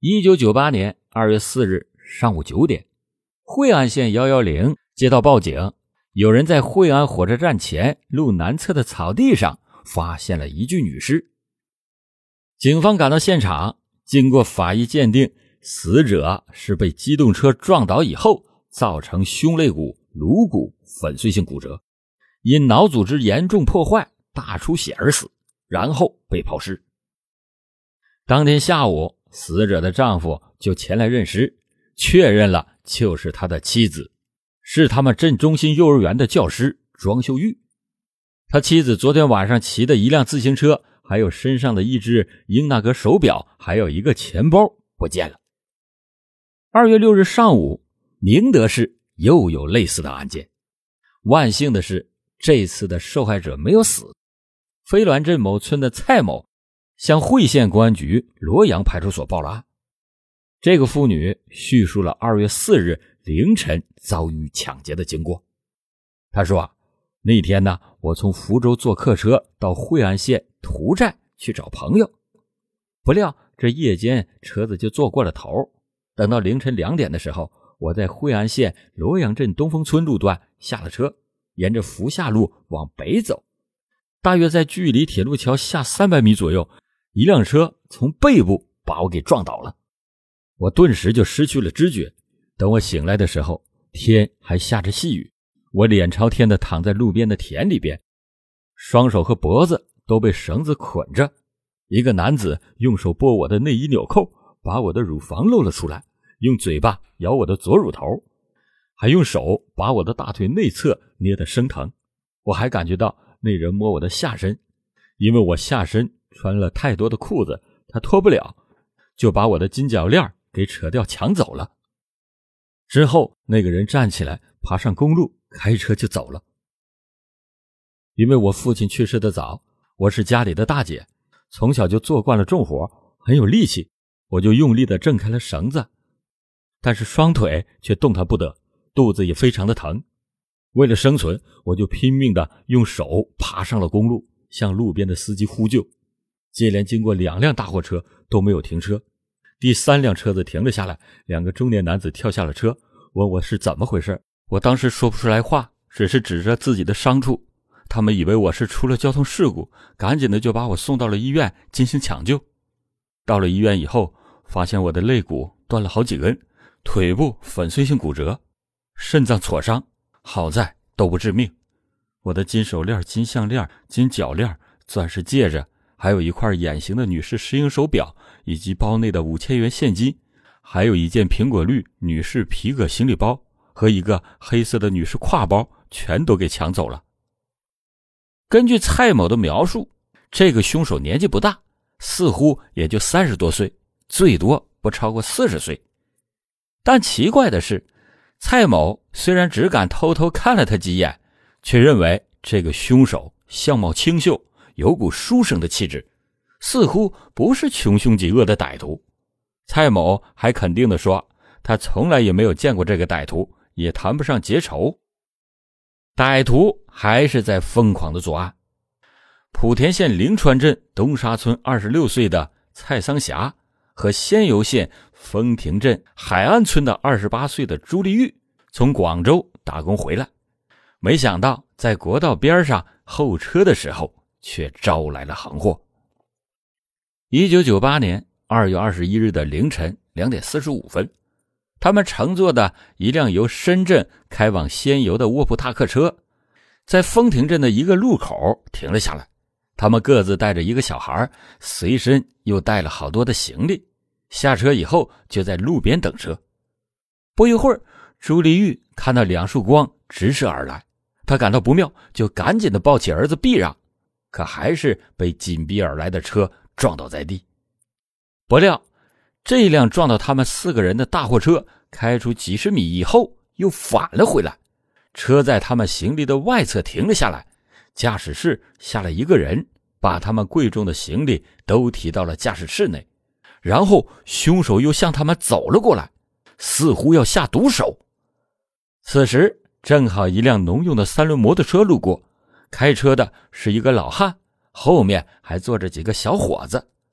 1998年2月4日上午9点，惠安县110接到报警，有人在惠安火车站前路南侧的草地上发现了一具女尸。警方赶到现场，经过法医鉴定，死者是被机动车撞倒以后造成胸肋骨、颅骨粉碎性骨折，因脑组织严重破坏大出血而死，然后被抛尸。当天下午，死者的丈夫就前来认尸，确认了就是他的妻子，是他们镇中心幼儿园的教师庄秀玉。他妻子昨天晚上骑的一辆自行车，还有身上的一只英纳格手表，还有一个钱包不见了。2月6日上午，宁德市又有类似的案件。万幸的是，这次的受害者没有死。飞銮镇某村的蔡某向惠县公安局罗阳派出所报了案。这个妇女叙述了2月4日凌晨遭遇抢劫的经过。她说那天呢，我从福州坐客车到惠安县涂寨去找朋友，不料这夜间车子就坐过了头。等到凌晨2点的时候，我在惠安县罗阳镇东风村路段下了车，沿着福厦路往北走，大约在距离铁路桥下300米左右，一辆车从背部把我给撞倒了。我顿时就失去了知觉，等我醒来的时候，天还下着细雨，我脸朝天的躺在路边的田里边，双手和脖子都被绳子捆着，一个男子用手拨我的内衣纽扣，把我的乳房露了出来，用嘴巴咬我的左乳头，还用手把我的大腿内侧捏得生疼。我还感觉到那人摸我的下身，因为我下身穿了太多的裤子，他脱不了，就把我的金脚链给扯掉抢走了。之后那个人站起来爬上公路，开车就走了。因为我父亲去世的早，我是家里的大姐，从小就做惯了重活，很有力气，我就用力地挣开了绳子，但是双腿却动弹不得，肚子也非常的疼。为了生存，我就拼命地用手爬上了公路，向路边的司机呼救。接连经过2辆大货车都没有停车，第3辆车子停了下来，2个中年男子跳下了车，问我是怎么回事。我当时说不出来话，只是指着自己的伤处。他们以为我是出了交通事故，赶紧的就把我送到了医院进行抢救。到了医院以后，发现我的肋骨断了好几根，腿部粉碎性骨折，肾脏挫伤，好在都不致命。我的金手链、金项链、金脚链、钻石戒指，还有一块眼型的女士石英手表，以及包内的5000元现金，还有一件苹果绿女士皮革行李包和一个黑色的女士挎包，全都给抢走了。根据蔡某的描述，这个凶手年纪不大，似乎也就30多岁，最多不超过40岁。但奇怪的是，蔡某虽然只敢偷偷看了他几眼，却认为这个凶手相貌清秀，有股书生的气质，似乎不是穷凶极恶的歹徒。蔡某还肯定地说，他从来也没有见过这个歹徒，也谈不上结仇。歹徒还是在疯狂的作案。莆田县灵川镇东沙村26岁的蔡桑霞和仙游县丰亭镇海岸村的28岁的朱丽玉从广州打工回来，没想到在国道边上候车的时候却招来了横祸。1998年2月21日的凌晨2点45分，他们乘坐的一辆由深圳开往仙游的卧铺大客车，在丰亭镇的一个路口停了下来。他们各自带着一个小孩，随身又带了好多的行李。下车以后就在路边等车。不一会儿，朱丽玉看到2束光直视而来，她感到不妙，就赶紧地抱起儿子避让，可还是被紧逼而来的车撞倒在地。不料这辆撞到他们4个人的大货车开出几十米以后又返了回来，车在他们行李的外侧停了下来，驾驶室下来一个人，把他们贵重的行李都提到了驾驶室内，然后凶手又向他们走了过来，似乎要下毒手。此时正好一辆农用的3轮摩托车路过，开车的是一个老汉，后面还坐着几个小伙子。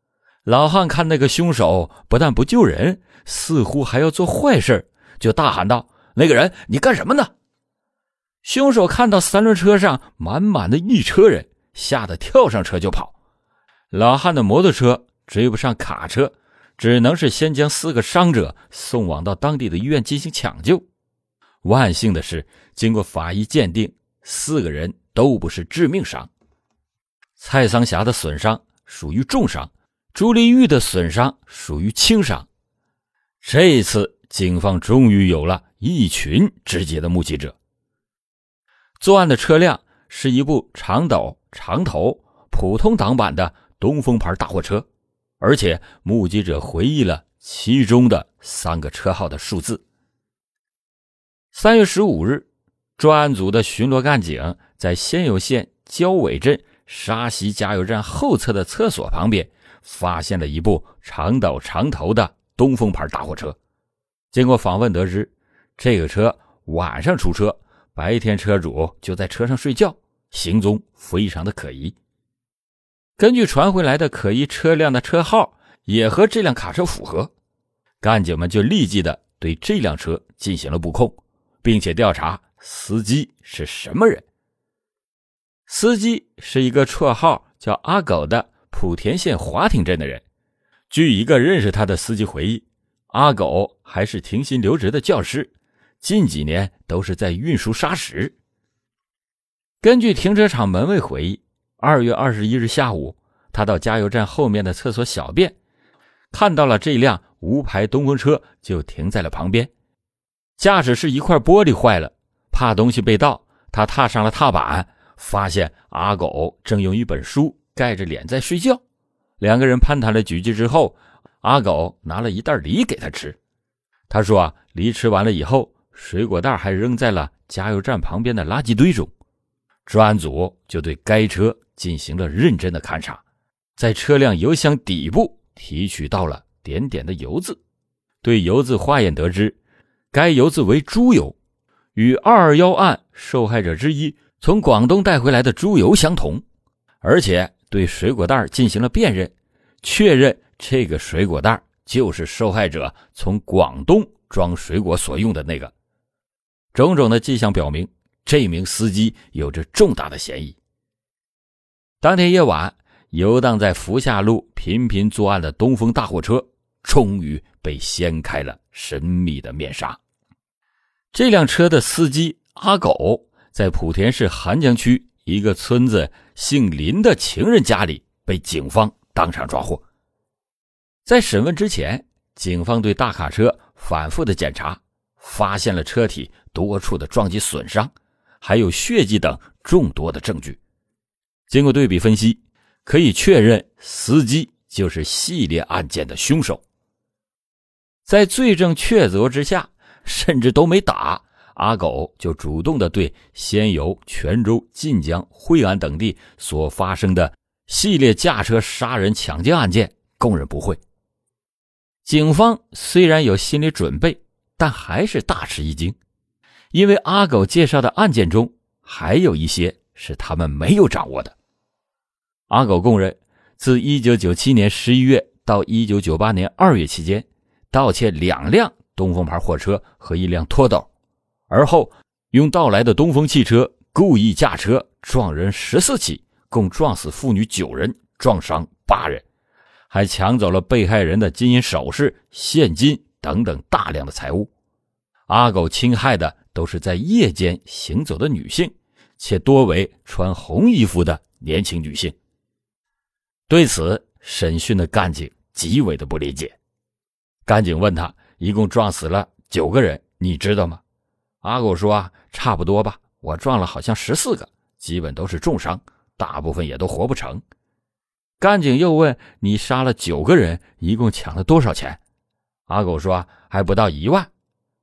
老汉看那个凶手不但不救人，似乎还要做坏事，就大喊道：那个人，你干什么呢？凶手看到三轮车上满满的一车人，吓得跳上车就跑。老汉的摩托车追不上卡车，只能是先将4个伤者送往到当地的医院进行抢救。万幸的是，经过法医鉴定，4个人都不是致命伤。蔡桑霞的损伤属于重伤，朱丽玉的损伤属于轻伤。这一次警方终于有了一群直接的目击者。作案的车辆是一部长斗长头普通挡板的东风牌大货车，而且目击者回忆了其中的3个车号的数字。3月15日，专案组的巡逻干警在仙游县焦尾镇沙溪加油站后侧的厕所旁边发现了一部长斗长头的东风牌大货车。经过访问得知，这个车晚上出车，白天车主就在车上睡觉，行踪非常的可疑。根据传回来的可疑车辆的车号也和这辆卡车符合，干警们就立即的对这辆车进行了布控，并且调查司机是什么人。司机是一个绰号叫阿狗的莆田县华亭镇的人。据一个认识他的司机回忆，阿狗还是停薪留职的教师，近几年都是在运输砂石。根据停车场门卫回忆，2月21日下午，他到加油站后面的厕所小便，看到了这辆无牌东风车就停在了旁边。驾驶室一块玻璃坏了，怕东西被盗，他踏上了踏板，发现阿狗正用一本书盖着脸在睡觉。2个人攀谈了几句之后，阿狗拿了一袋梨给他吃。他说梨吃完了以后，水果袋还扔在了加油站旁边的垃圾堆中。专案组就对该车进行了认真的勘查，在车辆油箱底部提取到了点点的油渍，对油渍化验得知，该油渍为猪油，与221案受害者之一从广东带回来的猪油相同，而且对水果袋进行了辨认，确认这个水果袋就是受害者从广东装水果所用的那个。种种的迹象表明，这名司机有着重大的嫌疑。当天夜晚，游荡在福厦路频频作案的东风大货车终于被掀开了神秘的面纱。这辆车的司机阿狗在莆田市韩江区一个村子姓林的情人家里被警方当场抓获。在审问之前，警方对大卡车反复的检查，发现了车体多处的撞击损伤，还有血迹等众多的证据。经过对比分析，可以确认司机就是系列案件的凶手。在罪证确凿之下，甚至都没打，阿狗就主动的对仙游、泉州、晋江、惠安等地所发生的系列驾车杀人抢劫案件供认不讳。警方虽然有心理准备，但还是大吃一惊，因为阿狗介绍的案件中还有一些是他们没有掌握的。阿狗供认，自1997年11月到1998年2月期间，盗窃2辆东风牌货车和1辆拖斗，而后用盗来的东风汽车故意驾车撞人14起，共撞死妇女9人，撞伤8人，还抢走了被害人的金银首饰、现金等等大量的财物。阿狗侵害的都是在夜间行走的女性，且多为穿红衣服的年轻女性。对此，审讯的干警极为的不理解。干警问他，一共撞死了9个人，你知道吗？阿狗说差不多吧，我撞了好像14个，基本都是重伤，大部分也都活不成。干警又问，你杀了9个人，一共抢了多少钱？阿狗说还不到1万。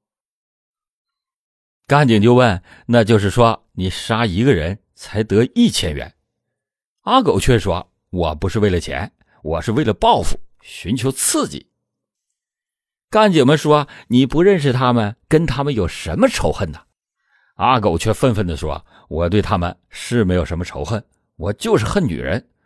干警就问，那就是说你杀1个人才得1000元。阿狗却说，我不是为了钱，我是为了报复，寻求刺激。干警们说，你不认识他们，跟他们有什么仇恨呢？阿狗却愤愤地说，我对他们是没有什么仇恨，我就是恨女人。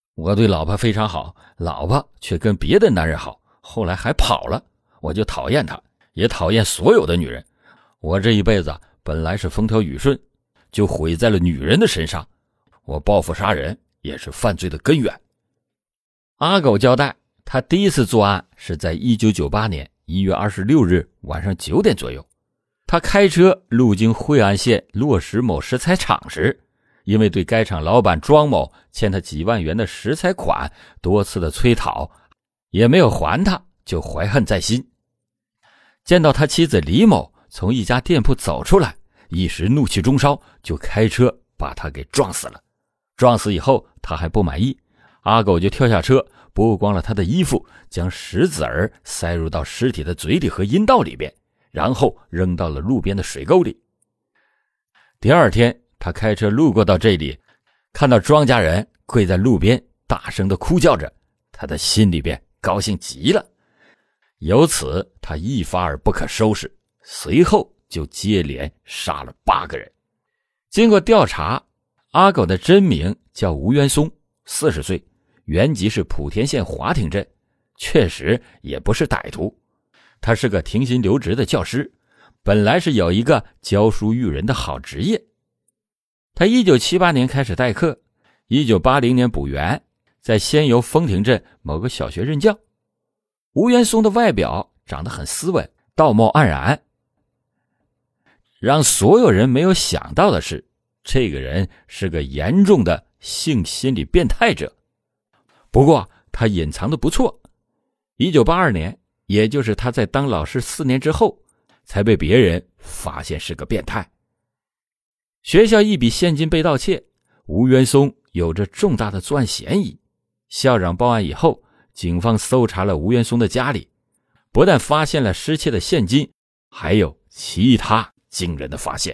我对老婆非常好，老婆却跟别的男人好，后来还跑了，我就讨厌她，也讨厌所有的女人。我这一辈子本来是风调雨顺，就毁在了女人的身上。我报复杀人也是犯罪的根源。阿狗交代，他第一次作案是在1998年1月26日晚上9点左右。他开车路经惠安县落石某石材厂时，因为对该厂老板庄某欠他几万元的石材款多次的催讨，也没有还他，就怀恨在心。见到他妻子李某从一家店铺走出来，一时怒气中烧，就开车把他给撞死了。撞死以后他还不满意，阿狗就跳下车，剥光了他的衣服，将石子儿塞入到尸体的嘴里和阴道里边，然后扔到了路边的水沟里。第二天他开车路过到这里，看到庄家人跪在路边大声地哭叫着，他的心里边高兴极了。由此他一发而不可收拾，随后就接连杀了8个人。经过调查，阿狗的真名叫吴元松，40岁，原籍是莆田县华亭镇，确实也不是歹徒。他是个停薪留职的教师，本来是有一个教书育人的好职业。他1978年开始代课，1980年补员，在仙游丰亭镇某个小学任教。吴元松的外表长得很斯文，道貌岸然。让所有人没有想到的是，这个人是个严重的性心理变态者。不过他隐藏得不错。1982年，也就是他在当老师4年之后，才被别人发现是个变态。学校一笔现金被盗窃，吴元松有着重大的作案嫌疑。校长报案以后，警方搜查了吴元松的家里，不但发现了失窃的现金，还有其他惊人的发现。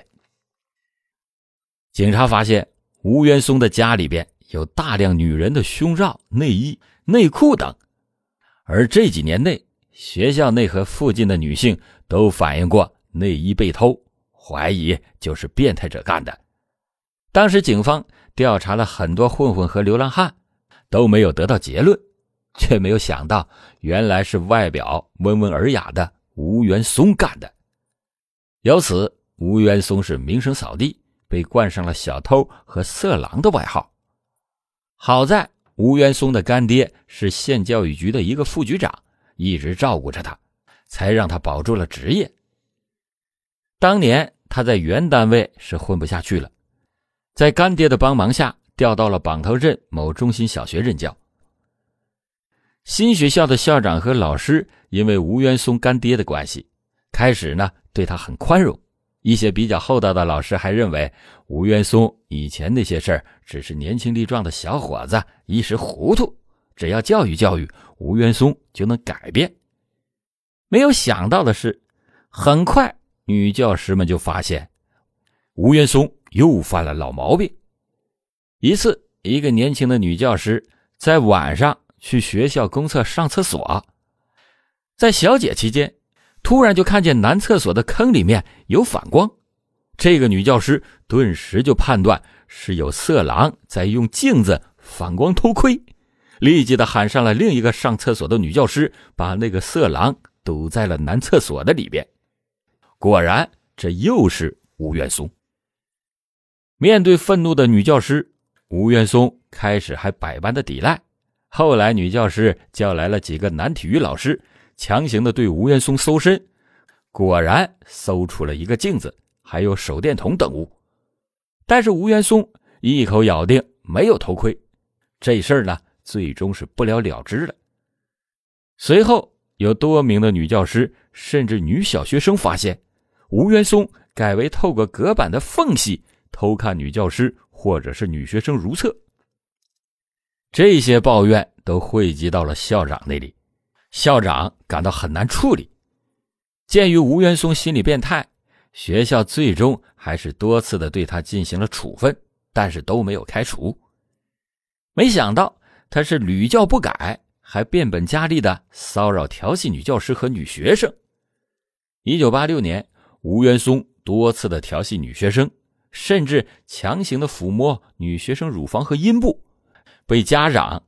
警察发现吴元松的家里边有大量女人的胸罩、内衣、内裤等，而这几年内，学校内和附近的女性都反映过内衣被偷，怀疑就是变态者干的。当时警方调查了很多混混和流浪汉，都没有得到结论，却没有想到原来是外表温文尔雅的吴元松干的。由此，吴元松是名声扫地，被冠上了小偷和色狼的外号。好在吴元松的干爹是县教育局的一个副局长，一直照顾着他，才让他保住了职业。当年他在原单位是混不下去了，在干爹的帮忙下调到了榜头镇某中心小学任教。新学校的校长和老师因为吴元松干爹的关系，开始呢对他很宽容。一些比较厚道的老师还认为吴元松以前那些事儿只是年轻力壮的小伙子一时糊涂，只要教育教育，吴元松就能改变。没有想到的是，很快女教师们就发现吴元松又犯了老毛病。一次，一个年轻的女教师在晚上去学校公厕上厕所，在小解期间，突然就看见男厕所的坑里面有反光。这个女教师顿时就判断是有色狼在用镜子反光偷窥，立即的喊上了另一个上厕所的女教师，把那个色狼堵在了男厕所的里边。果然，这又是吴元松。面对愤怒的女教师，吴元松开始还百般的抵赖，后来女教师叫来了几个男体育老师，强行的对吴元松搜身，果然搜出了一个镜子，还有手电筒等物。但是吴元松一口咬定没有偷窥，这事儿呢，最终是不了了之了。随后有多名的女教师甚至女小学生发现，吴元松改为透过隔板的缝隙偷看女教师或者是女学生如厕。这些抱怨都汇集到了校长那里，校长感到很难处理。鉴于吴元松心理变态，学校最终还是多次的对他进行了处分，但是都没有开除。没想到他是屡教不改，还变本加厉的骚扰调戏女教师和女学生。1986年，吴元松多次的调戏女学生，甚至强行的抚摸女学生乳房和阴部，被家长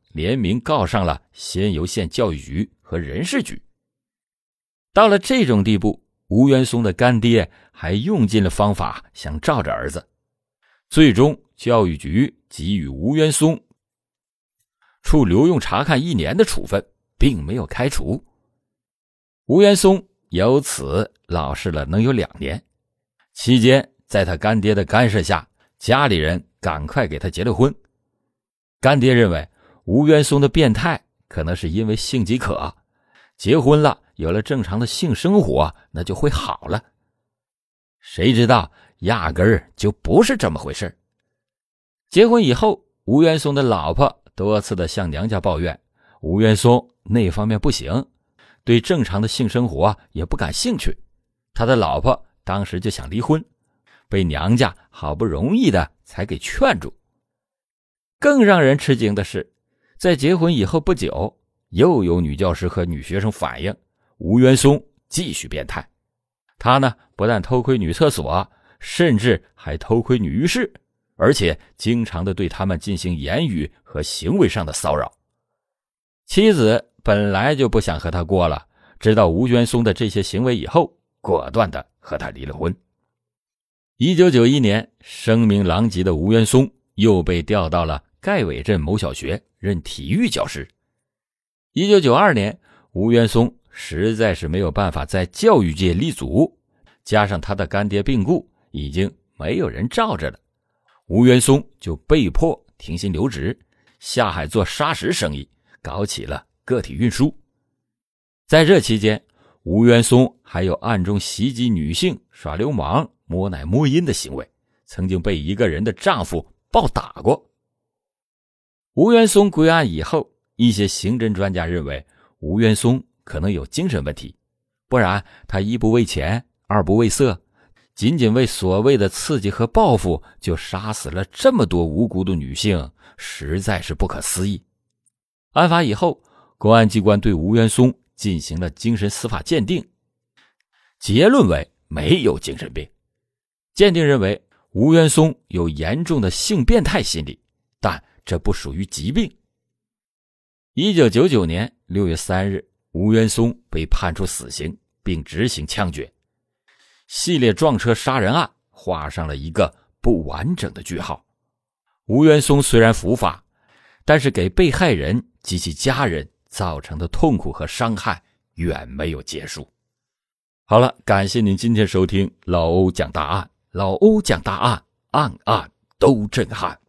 联名告上了仙游县教育局和人事局。到了这种地步，吴元松的干爹还用尽了方法想罩着儿子，最终教育局给予吴元松处留用察看1年的处分，并没有开除。吴元松由此老实了能有2年，期间在他干爹的干涉下，家里人赶快给他结了婚。干爹认为吴元松的变态可能是因为性饥渴，结婚了有了正常的性生活那就会好了。谁知道压根儿就不是这么回事。结婚以后，吴元松的老婆多次的向娘家抱怨吴元松那方面不行，对正常的性生活也不感兴趣。他的老婆当时就想离婚，被娘家好不容易的才给劝住。更让人吃惊的是，在结婚以后不久，又有女教师和女学生反映吴元松继续变态。他呢，不但偷窥女厕所，甚至还偷窥女浴室，而且经常的对他们进行言语和行为上的骚扰。妻子本来就不想和他过了，知道吴元松的这些行为以后，果断的和他离了婚。1991年，声名狼藉的吴元松又被调到了盖尾镇某小学任体育教师。1992年，吴元松实在是没有办法在教育界立足，加上他的干爹病故，已经没有人罩着了，吴元松就被迫停薪留职，下海做砂石生意，搞起了个体运输。在这期间，吴元松还有暗中袭击女性、耍流氓、摸奶摸阴的行为，曾经被一个人的丈夫暴打过。吴元松归案以后，一些刑侦专家认为吴元松可能有精神问题，不然他一不为钱，二不为色，仅仅为所谓的刺激和报复就杀死了这么多无辜的女性，实在是不可思议。案发以后，公安机关对吴元松进行了精神司法鉴定，结论为没有精神病。鉴定认为吴元松有严重的性变态心理，但这不属于疾病。1999年6月3日，吴元松被判处死刑并执行枪决，系列撞车杀人案画上了一个不完整的句号。吴元松虽然伏法，但是给被害人及其家人造成的痛苦和伤害远没有结束。好了，感谢您今天收听老欧讲大案，老欧讲大案，案案都震撼。